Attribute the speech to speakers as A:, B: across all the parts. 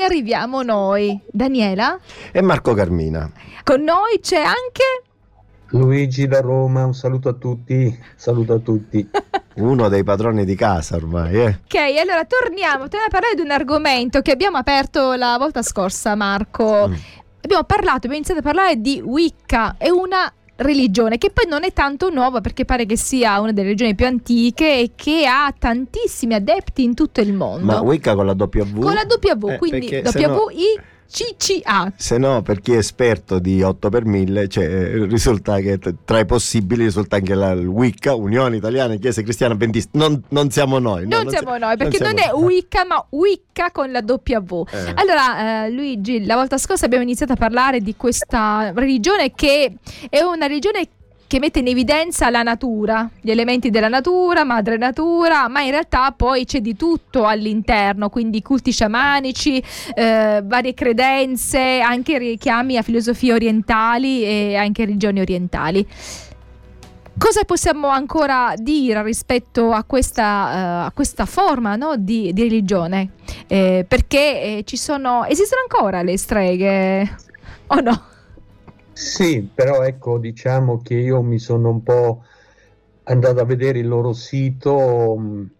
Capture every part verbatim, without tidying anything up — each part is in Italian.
A: ne arriviamo noi. Daniela
B: e Marco Carmina.
A: Con noi c'è anche
C: Luigi da Roma. Un saluto a tutti. Saluto a tutti.
B: Uno dei padroni di casa ormai, eh.
A: Ok, allora torniamo, torniamo a parlare di un argomento che abbiamo aperto la volta scorsa, Marco. Mm. Abbiamo parlato, abbiamo iniziato a parlare di Wicca. È una religione che poi non è tanto nuova, perché pare che sia una delle religioni più antiche e che ha tantissimi adepti in tutto il mondo.
B: Ma Wicca con la W?
A: Con la W, eh, quindi W I C C A.
B: Se no, per chi è esperto di otto per mille, cioè, risulta che tra i possibili risulta anche la Wicca, Unione Italiana Chiesa Cristiana Adventista. Non, non siamo noi.
A: No, non, non siamo noi, perché non, non è Wicca, ma Wicca con la W. Eh. Allora, eh, Luigi, la volta scorsa abbiamo iniziato a parlare di questa religione che è una religione che mette in evidenza la natura, gli elementi della natura, madre natura, ma in realtà poi c'è di tutto all'interno, quindi culti sciamanici, eh, varie credenze, anche richiami a filosofie orientali e anche religioni orientali. Cosa possiamo ancora dire rispetto a questa, uh, a questa forma, no, di, di religione? Eh, perché eh, ci sono, esistono ancora le streghe o no?
C: Sì, però ecco, diciamo che io mi sono un po' andato a vedere il loro sito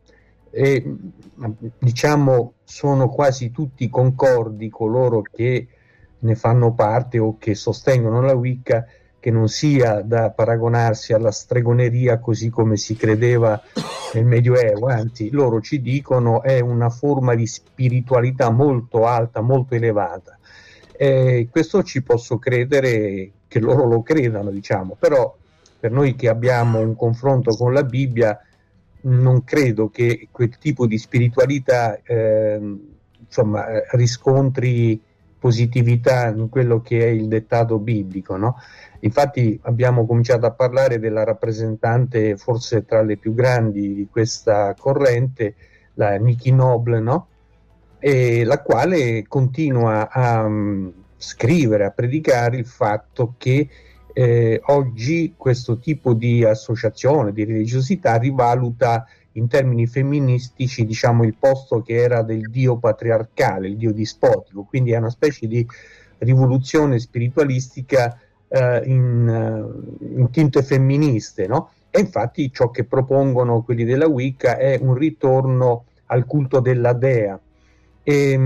C: e diciamo sono quasi tutti concordi coloro che ne fanno parte o che sostengono la Wicca, che non sia da paragonarsi alla stregoneria così come si credeva nel Medioevo, anzi loro ci dicono è una forma di spiritualità molto alta, molto elevata. Eh, questo ci posso credere che loro lo credano, diciamo, però per noi che abbiamo un confronto con la Bibbia non credo che quel tipo di spiritualità eh, insomma riscontri positività in quello che è il dettato biblico, no? Infatti abbiamo cominciato a parlare della rappresentante forse tra le più grandi di questa corrente, la Nikki Noble, no? E la quale continua a um, scrivere, a predicare il fatto che eh, oggi questo tipo di associazione, di religiosità rivaluta in termini femministici, diciamo, il posto che era del dio patriarcale, il dio dispotico, quindi è una specie di rivoluzione spiritualistica eh, in, in tinte femministe, no? E infatti ciò che propongono quelli della Wicca è un ritorno al culto della dea. E,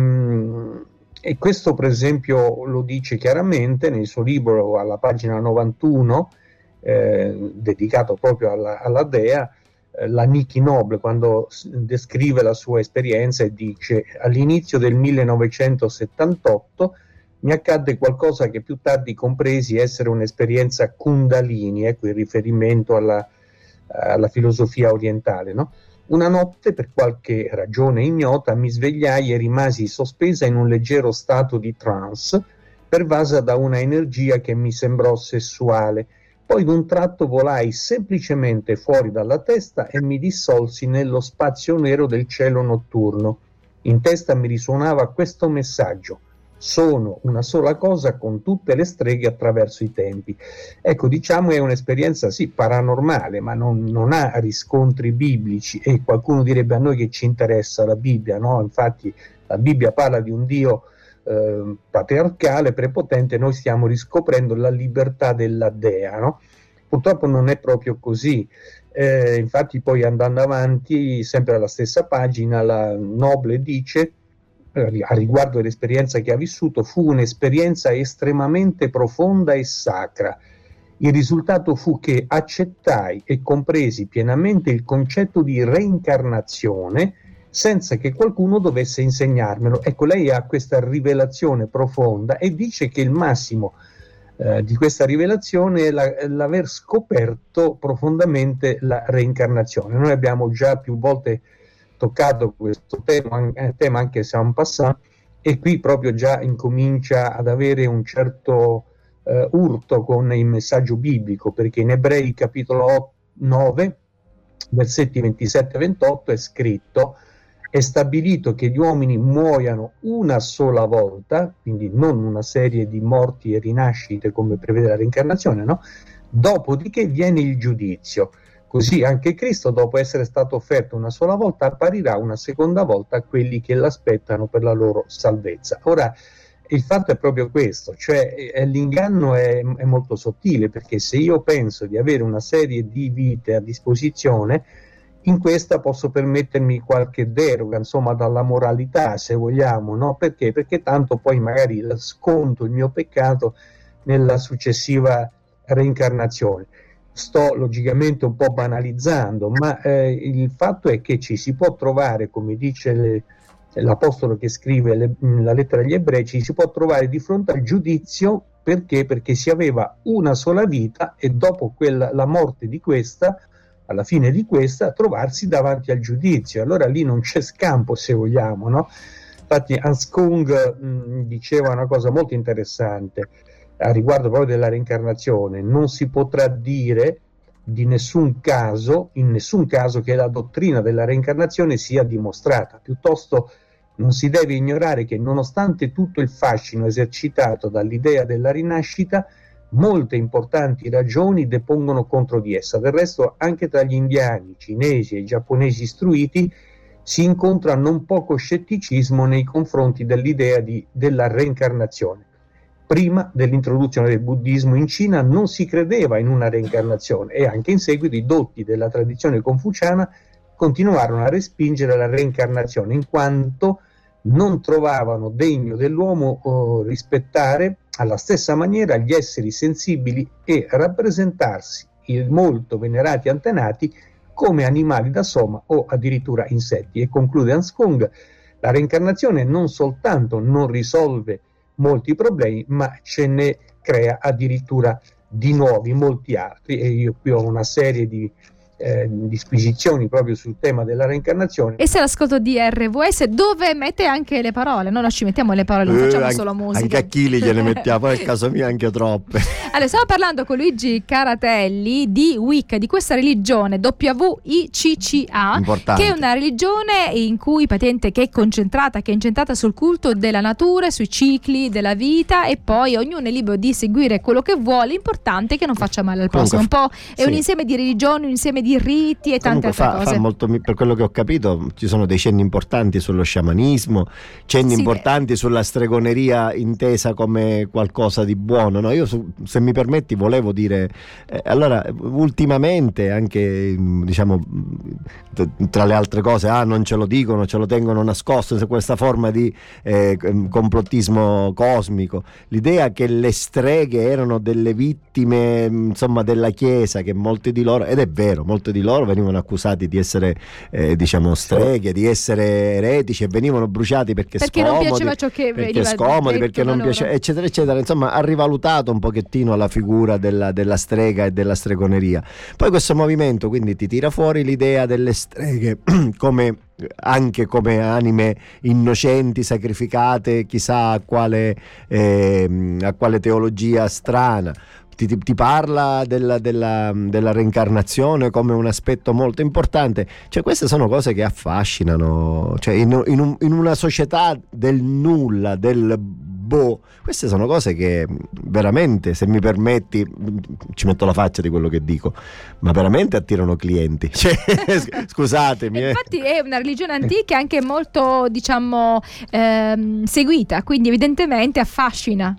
C: e questo per esempio lo dice chiaramente nel suo libro alla pagina novantuno eh, dedicato proprio alla, alla dea, eh, la Nikki Noble, quando descrive la sua esperienza e dice: all'inizio del millenovecentosettantotto mi accadde qualcosa che più tardi compresi essere un'esperienza Kundalini, ecco il riferimento alla, alla filosofia orientale, no? Una notte, per qualche ragione ignota, mi svegliai e rimasi sospesa in un leggero stato di trance, pervasa da una energia che mi sembrò sessuale. Poi d'un tratto volai semplicemente fuori dalla testa e mi dissolsi nello spazio nero del cielo notturno. In testa mi risuonava questo messaggio: sono una sola cosa con tutte le streghe attraverso i tempi. Ecco, diciamo è un'esperienza sì paranormale, ma non, non ha riscontri biblici, e qualcuno direbbe: a noi che ci interessa la Bibbia, no? Infatti la Bibbia parla di un Dio eh, patriarcale, prepotente, noi stiamo riscoprendo la libertà della dea, no? Purtroppo non è proprio così. Eh, infatti poi andando avanti, sempre alla stessa pagina, la Noble dice a riguardo dell'esperienza che ha vissuto: fu un'esperienza estremamente profonda e sacra. Il risultato fu che accettai e compresi pienamente il concetto di reincarnazione senza che qualcuno dovesse insegnarmelo. Ecco, lei ha questa rivelazione profonda e dice che il massimo eh, di questa rivelazione è la, l'aver scoperto profondamente la reincarnazione. Noi abbiamo già più volte toccato questo tema, eh, tema anche se en passant, e qui proprio già incomincia ad avere un certo eh, urto con il messaggio biblico, perché in Ebrei capitolo nove versetti ventisette ventotto è scritto: è stabilito che gli uomini muoiano una sola volta, quindi non una serie di morti e rinascite come prevede la reincarnazione, no? Dopodiché viene il giudizio. Così anche Cristo, dopo essere stato offerto una sola volta, apparirà una seconda volta a quelli che l'aspettano per la loro salvezza. Ora, il fatto è proprio questo, cioè eh, l'inganno è, è molto sottile, perché se io penso di avere una serie di vite a disposizione, in questa posso permettermi qualche deroga, insomma, dalla moralità, se vogliamo, no? Perché? Perché tanto poi magari sconto il mio peccato nella successiva reincarnazione. Sto logicamente un po' banalizzando, ma eh, il fatto è che ci si può trovare, come dice le, l'apostolo che scrive le, la lettera agli ebrei, ci si può trovare di fronte al giudizio. Perché? Perché si aveva una sola vita e dopo quella, la morte di questa, alla fine di questa, trovarsi davanti al giudizio. Allora lì non c'è scampo, se vogliamo, no? Infatti Hans Kung mh, diceva una cosa molto interessante a riguardo proprio della reincarnazione: non si potrà dire di nessun caso, in nessun caso, che la dottrina della reincarnazione sia dimostrata. Piuttosto non si deve ignorare che, nonostante tutto il fascino esercitato dall'idea della rinascita, molte importanti ragioni depongono contro di essa. Del resto, anche tra gli indiani, cinesi e giapponesi istruiti si incontra non poco scetticismo nei confronti dell'idea di, della reincarnazione. Prima dell'introduzione del buddismo in Cina non si credeva in una reincarnazione, e anche in seguito i dotti della tradizione confuciana continuarono a respingere la reincarnazione, in quanto non trovavano degno dell'uomo oh, rispettare alla stessa maniera gli esseri sensibili e rappresentarsi i molto venerati antenati come animali da soma o addirittura insetti. E conclude Hans Kung: la reincarnazione non soltanto non risolve molti problemi, ma ce ne crea addirittura di nuovi, molti altri. E io qui ho una serie di eh, disquisizioni proprio sul tema della reincarnazione.
A: E se l'ascolto di R V S, dove mette anche le parole, noi non ci mettiamo le parole, non
B: eh,
A: facciamo
B: anche,
A: solo musica.
B: Anche a Chili gliele mettiamo, nel caso mio anche troppe.
A: Allora, stiamo parlando con Luigi Caratelli di Wicca, di questa religione W I C C A,
B: Importante.
A: che è una religione in cui patente che è concentrata, che è incentrata sul culto della natura, sui cicli della vita, e poi ognuno è libero di seguire quello che vuole. L'importante è che non faccia male al prossimo. Un po' è
B: sì.
A: un insieme di religioni, un insieme di riti e tante
B: Comunque
A: altre
B: fa,
A: cose.
B: Fa molto, per quello che ho capito, ci sono dei cenni importanti sullo sciamanismo, cenni
A: Sì,
B: importanti sulla stregoneria intesa come qualcosa di buono, no? Io, se mi permetti, volevo dire eh, allora, ultimamente anche, diciamo, tra le altre cose, ah, non ce lo dicono, ce lo tengono nascosto, questa forma di eh, complottismo cosmico, l'idea che le streghe erano delle vittime, insomma, della Chiesa, che molti di loro, ed è vero, molti di loro venivano accusati di essere eh, diciamo streghe, di essere eretici, e venivano bruciati perché,
A: perché
B: scomodi,
A: non piaceva ciò che
B: perché scomodi, perché non piaceva, eccetera eccetera. Insomma, ha rivalutato un pochettino la figura della, della strega e della stregoneria. Poi questo movimento quindi ti tira fuori l'idea delle streghe come anche come anime innocenti sacrificate chissà a quale eh, a quale teologia strana. Ti, ti, ti parla della, della, della reincarnazione come un aspetto molto importante. Cioè, queste sono cose che affascinano, cioè, in, in, un, in una società del nulla, del boh, queste sono cose che veramente, se mi permetti, ci metto la faccia di quello che dico, ma veramente attirano clienti. Cioè, scusatemi. Eh.
A: Infatti è una religione antica e anche molto, diciamo, ehm, seguita, quindi evidentemente affascina.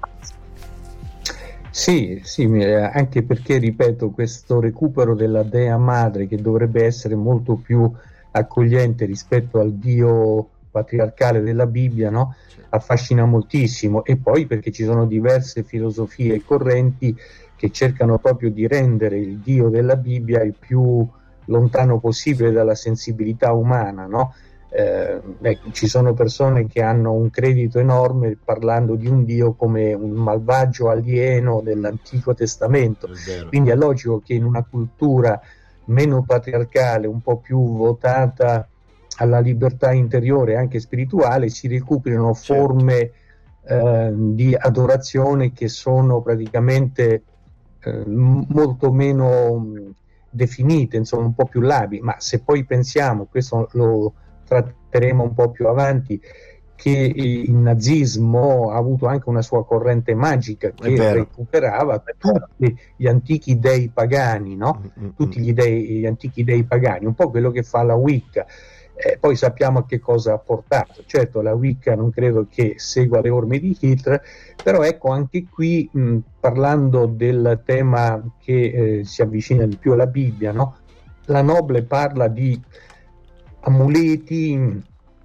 C: Sì, sì, anche perché, ripeto, questo recupero della Dea Madre, che dovrebbe essere molto più accogliente rispetto al Dio patriarcale della Bibbia, no? Affascina moltissimo. E poi perché ci sono diverse filosofie e correnti che cercano proprio di rendere il Dio della Bibbia il più lontano possibile dalla sensibilità umana, no? Eh, ecco, ci sono persone che hanno un credito enorme parlando di un Dio come un malvagio alieno dell'Antico Testamento. È Quindi è logico che in una cultura meno patriarcale, un po' più votata alla libertà interiore e anche spirituale, si recuperino forme eh, di adorazione che sono praticamente eh, molto meno definite, insomma un po' più labili. Ma se poi pensiamo, questo lo tratteremo un po' più avanti, che il nazismo ha avuto anche una sua corrente magica che recuperava tutti gli antichi dei pagani, no? Mm-hmm. Tutti gli, dei, gli antichi dei pagani, un po' quello che fa la Wicca. Eh, poi sappiamo a che cosa ha portato. Certo, la Wicca non credo che segua le orme di Hitler, però ecco, anche qui mh, parlando del tema che eh, si avvicina di più alla Bibbia, no? La Noble parla di amuleti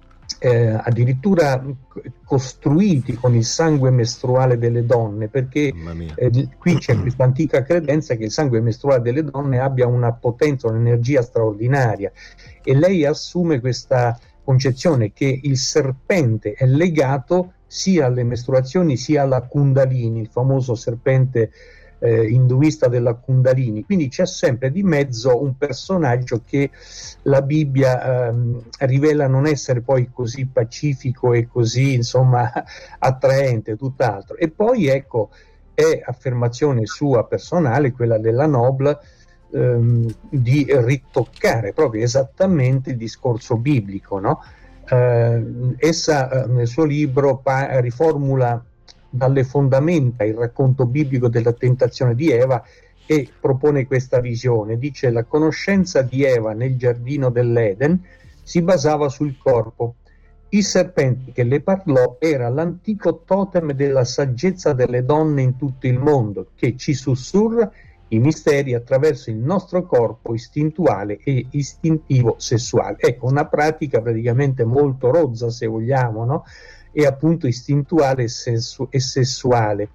C: eh, addirittura costruiti con il sangue mestruale delle donne, perché eh, qui c'è questa antica credenza che il sangue mestruale delle donne abbia una potenza, un'energia straordinaria, e lei assume questa concezione che il serpente è legato sia alle mestruazioni sia alla Kundalini, il famoso serpente eh, induista della Kundalini. Quindi c'è sempre di mezzo un personaggio che la Bibbia ehm, rivela non essere poi così pacifico e così, insomma, attraente, tutt'altro. E poi ecco, è affermazione sua personale, quella della Noble, ehm, di ritoccare proprio esattamente il discorso biblico, no? Eh, essa eh, nel suo libro pa- riformula dalle fondamenta il racconto biblico della tentazione di Eva e propone questa visione. Dice: la conoscenza di Eva nel giardino dell'Eden si basava sul corpo. Il serpente che le parlò era l'antico totem della saggezza delle donne in tutto il mondo, che ci sussurra i misteri attraverso il nostro corpo istintuale e istintivo sessuale. Ecco, una pratica praticamente molto rozza, se vogliamo, no? E appunto istintuale e, sessu- e sessuale.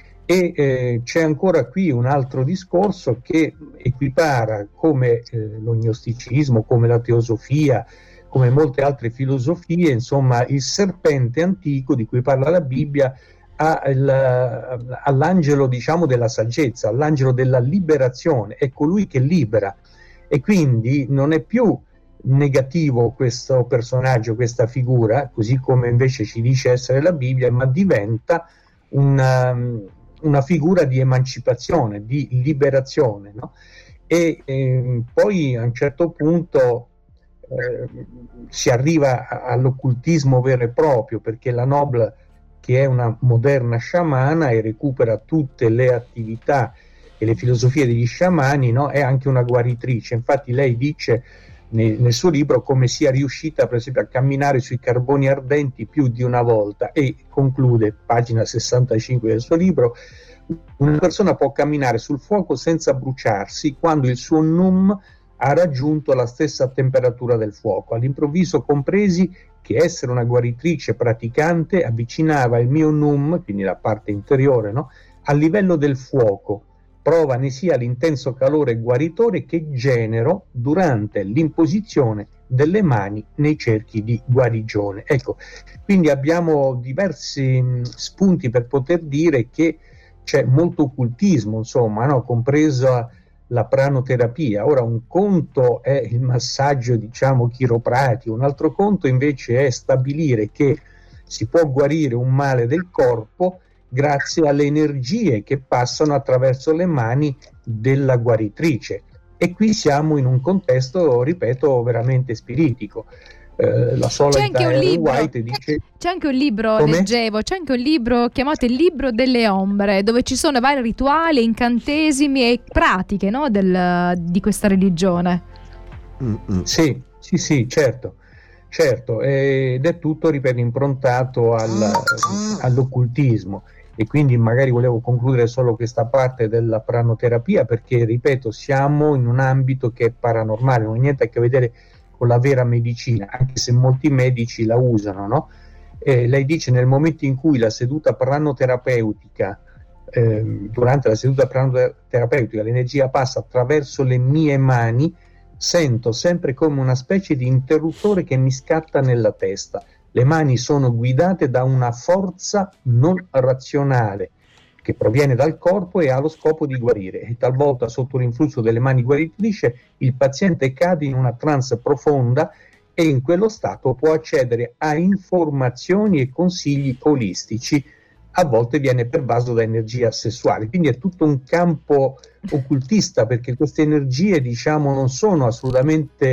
C: E eh, c'è ancora qui un altro discorso che equipara, come eh, lo gnosticismo, come la teosofia, come molte altre filosofie, insomma, il serpente antico di cui parla la Bibbia a il, all'angelo, diciamo, della saggezza, all'angelo della liberazione. È colui che libera, e quindi non è più negativo questo personaggio, questa figura, così come invece ci dice essere la Bibbia, ma diventa una, una figura di emancipazione, di liberazione, no? E eh, poi a un certo punto eh, si arriva all'occultismo vero e proprio, perché la Noble, che è una moderna sciamana e recupera tutte le attività e le filosofie degli sciamani, no? È anche una guaritrice. Infatti lei dice nel, nel suo libro come sia riuscita per esempio a camminare sui carboni ardenti più di una volta, e conclude, pagina sessantacinque del suo libro: una persona può camminare sul fuoco senza bruciarsi quando il suo num ha raggiunto la stessa temperatura del fuoco. All'improvviso compresi che essere una guaritrice praticante avvicinava il mio num, quindi la parte interiore, no? Al livello del fuoco. Prova ne sia l'intenso calore guaritore che genero durante l'imposizione delle mani nei cerchi di guarigione. Ecco, quindi abbiamo diversi mh, spunti per poter dire che c'è molto occultismo, insomma, no? Compresa la pranoterapia. Ora, un conto è il massaggio, diciamo, chiropratico, un altro conto invece è stabilire che si può guarire un male del corpo grazie alle energie che passano attraverso le mani della guaritrice. E qui siamo in un contesto, ripeto, veramente spiritico. Eh, la sola
A: c'è anche un libro,
C: White dice...
A: c'è anche un libro,
C: Come?
A: leggevo, c'è anche un libro chiamato Il libro delle ombre, dove ci sono vari rituali, incantesimi e pratiche, no, del, di questa religione.
C: Mm-hmm. Sì, sì, sì, certo, certo, ed è tutto, ripeto, improntato al, all'occultismo. E quindi magari volevo concludere solo questa parte della pranoterapia, perché, ripeto, siamo in un ambito che è paranormale, non ha niente a che vedere con la vera medicina, anche se molti medici la usano, no? Eh, lei dice: nel momento in cui la seduta pranoterapeutica, eh, durante la seduta pranoterapeutica, l'energia passa attraverso le mie mani, sento sempre come una specie di interruttore che mi scatta nella testa. Le mani sono guidate da una forza non razionale che proviene dal corpo e ha lo scopo di guarire, e talvolta sotto l'influsso delle mani guaritrici il paziente cade in una trance profonda e in quello stato può accedere a informazioni e consigli olistici. A volte viene pervaso da energia sessuale, quindi è tutto un campo occultista, perché queste energie, diciamo, non sono assolutamente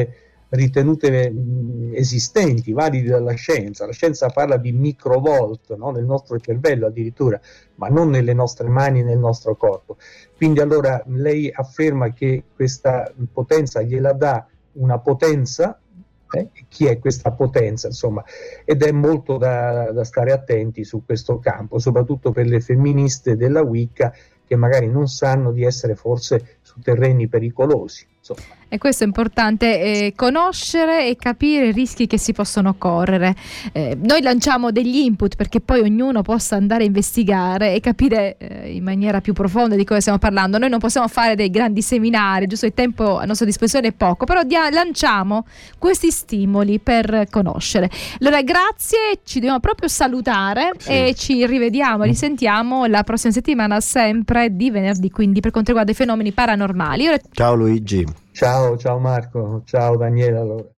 C: ritenute mh, esistenti, validi dalla scienza. La scienza parla di microvolt, no? Nel nostro cervello addirittura, ma non nelle nostre mani, nel nostro corpo. Quindi allora lei afferma che questa potenza gliela dà una potenza. Eh? Chi è questa potenza, insomma, ed è molto da, da stare attenti su questo campo, soprattutto per le femministe della Wicca che magari non sanno di essere forse su terreni pericolosi, insomma.
A: E questo è importante, eh, conoscere e capire i rischi che si possono correre. Eh, noi lanciamo degli input perché poi ognuno possa andare a investigare e capire eh, in maniera più profonda di cosa stiamo parlando. Noi non possiamo fare dei grandi seminari, giusto, il tempo a nostra disposizione è poco, però dia- lanciamo questi stimoli per conoscere. Allora grazie, ci dobbiamo proprio salutare, sì. E ci rivediamo, risentiamo la prossima settimana, sempre di venerdì, quindi per quanto riguarda i fenomeni paranormali. Ora...
B: Ciao Luigi.
C: Ciao, ciao Marco, ciao Daniele allora.